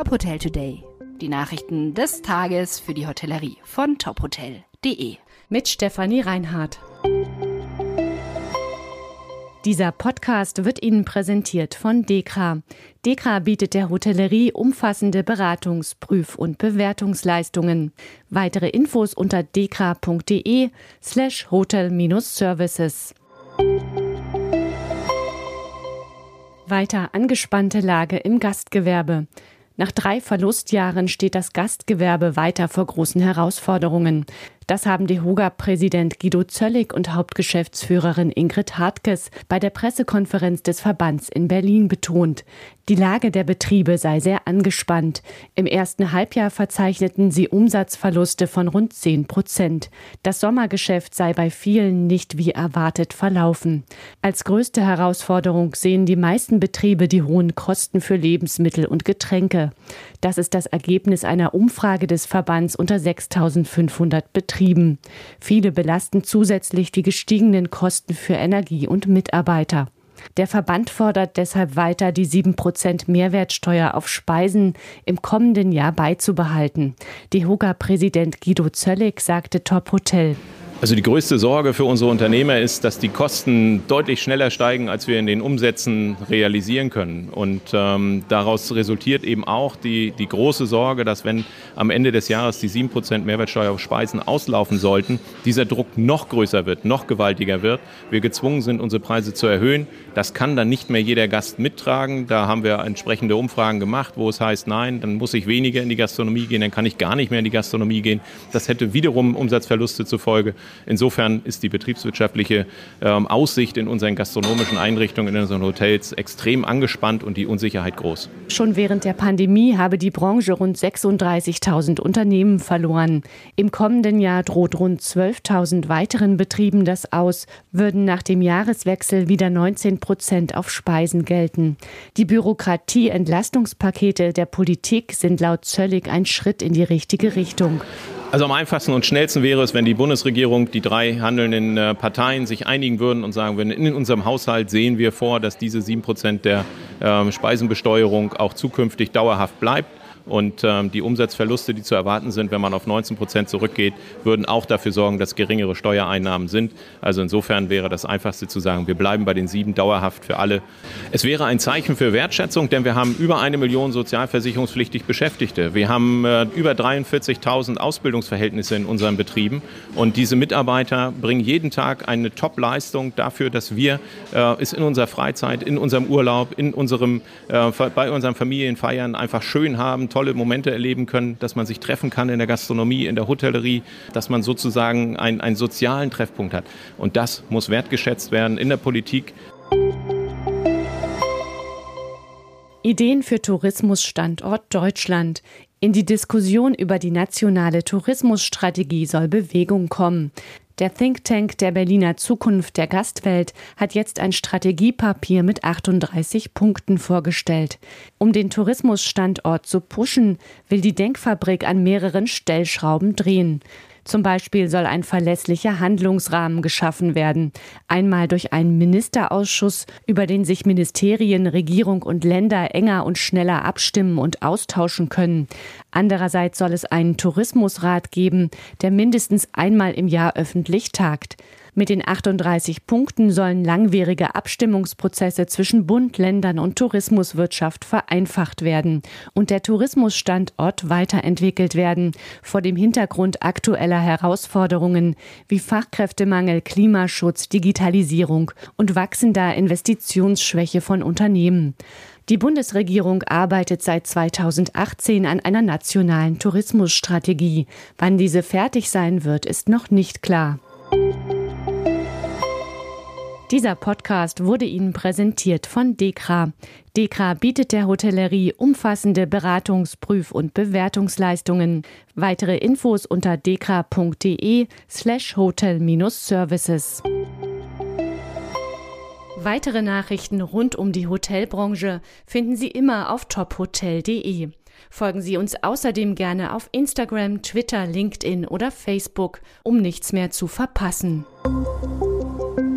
Top Hotel Today. Die Nachrichten des Tages für die Hotellerie von tophotel.de. Mit Stefanie Reinhardt. Dieser Podcast wird Ihnen präsentiert von DEKRA. DEKRA bietet der Hotellerie umfassende Beratungs-, Prüf- und Bewertungsleistungen. Weitere Infos unter dekra.de/hotel-services. Weiter angespannte Lage im Gastgewerbe. Nach 3 Verlustjahren steht das Gastgewerbe weiter vor großen Herausforderungen. Das haben DEHOGA-Präsident Guido Zöllig und Hauptgeschäftsführerin Ingrid Hartges bei der Pressekonferenz des Verbands in Berlin betont. Die Lage der Betriebe sei sehr angespannt. Im ersten Halbjahr verzeichneten sie Umsatzverluste von rund 10%. Das Sommergeschäft sei bei vielen nicht wie erwartet verlaufen. Als größte Herausforderung sehen die meisten Betriebe die hohen Kosten für Lebensmittel und Getränke. Das ist das Ergebnis einer Umfrage des Verbands unter 6.500 Betrieben. Viele belasten zusätzlich die gestiegenen Kosten für Energie und Mitarbeiter. Der Verband fordert deshalb weiter, die 7% Mehrwertsteuer auf Speisen im kommenden Jahr beizubehalten. DEHOGA-Präsident Guido Zöllig sagte Top Hotel: Also die größte Sorge für unsere Unternehmer ist, dass die Kosten deutlich schneller steigen, als wir in den Umsätzen realisieren können. Und daraus resultiert eben auch die große Sorge, dass wenn am Ende des Jahres die 7% Mehrwertsteuer auf Speisen auslaufen sollten, dieser Druck noch größer wird, noch gewaltiger wird. Wir gezwungen sind, unsere Preise zu erhöhen. Das kann dann nicht mehr jeder Gast mittragen. Da haben wir entsprechende Umfragen gemacht, wo es heißt, nein, dann muss ich weniger in die Gastronomie gehen, dann kann ich gar nicht mehr in die Gastronomie gehen. Das hätte wiederum Umsatzverluste zur Folge. Insofern ist die betriebswirtschaftliche Aussicht in unseren gastronomischen Einrichtungen, in unseren Hotels extrem angespannt und die Unsicherheit groß. Schon während der Pandemie habe die Branche rund 36.000 Unternehmen verloren. Im kommenden Jahr droht rund 12.000 weiteren Betrieben das aus, würden nach dem Jahreswechsel wieder 19% auf Speisen gelten. Die Bürokratie-Entlastungspakete der Politik sind laut Zöllig ein Schritt in die richtige Richtung. Also am einfachsten und schnellsten wäre es, wenn die Bundesregierung, die 3 handelnden Parteien sich einigen würden und sagen würden, in unserem Haushalt sehen wir vor, dass diese 7% der Speisenbesteuerung auch zukünftig dauerhaft bleibt. Und die Umsatzverluste, die zu erwarten sind, wenn man auf 19% zurückgeht, würden auch dafür sorgen, dass geringere Steuereinnahmen sind. Also insofern wäre das Einfachste zu sagen, wir bleiben bei den 7 dauerhaft für alle. Es wäre ein Zeichen für Wertschätzung, denn wir haben über 1 Million sozialversicherungspflichtig Beschäftigte. Wir haben über 43.000 Ausbildungsverhältnisse in unseren Betrieben. Und diese Mitarbeiter bringen jeden Tag eine Top-Leistung dafür, dass wir es in unserer Freizeit, in unserem Urlaub, bei unseren Familienfeiern einfach schön haben, tolle Momente erleben können, dass man sich treffen kann in der Gastronomie, in der Hotellerie, dass man sozusagen einen sozialen Treffpunkt hat. Und das muss wertgeschätzt werden in der Politik. Ideen für Tourismusstandort Deutschland. In die Diskussion über die nationale Tourismusstrategie soll Bewegung kommen. Der Think Tank der Berliner Zukunft der Gastwelt hat jetzt ein Strategiepapier mit 38 Punkten vorgestellt. Um den Tourismusstandort zu pushen, will die Denkfabrik an mehreren Stellschrauben drehen. Zum Beispiel soll ein verlässlicher Handlungsrahmen geschaffen werden. Einmal durch einen Ministerausschuss, über den sich Ministerien, Regierung und Länder enger und schneller abstimmen und austauschen können. Andererseits soll es einen Tourismusrat geben, der mindestens einmal im Jahr öffentlich tagt. Mit den 38 Punkten sollen langwierige Abstimmungsprozesse zwischen Bund, Ländern und Tourismuswirtschaft vereinfacht werden und der Tourismusstandort weiterentwickelt werden, vor dem Hintergrund aktueller Herausforderungen wie Fachkräftemangel, Klimaschutz, Digitalisierung und wachsender Investitionsschwäche von Unternehmen. Die Bundesregierung arbeitet seit 2018 an einer nationalen Tourismusstrategie. Wann diese fertig sein wird, ist noch nicht klar. Dieser Podcast wurde Ihnen präsentiert von DEKRA. DEKRA bietet der Hotellerie umfassende Beratungs-, Prüf- und Bewertungsleistungen. Weitere Infos unter dekra.de/hotel-services. Weitere Nachrichten rund um die Hotelbranche finden Sie immer auf tophotel.de. Folgen Sie uns außerdem gerne auf Instagram, Twitter, LinkedIn oder Facebook, um nichts mehr zu verpassen.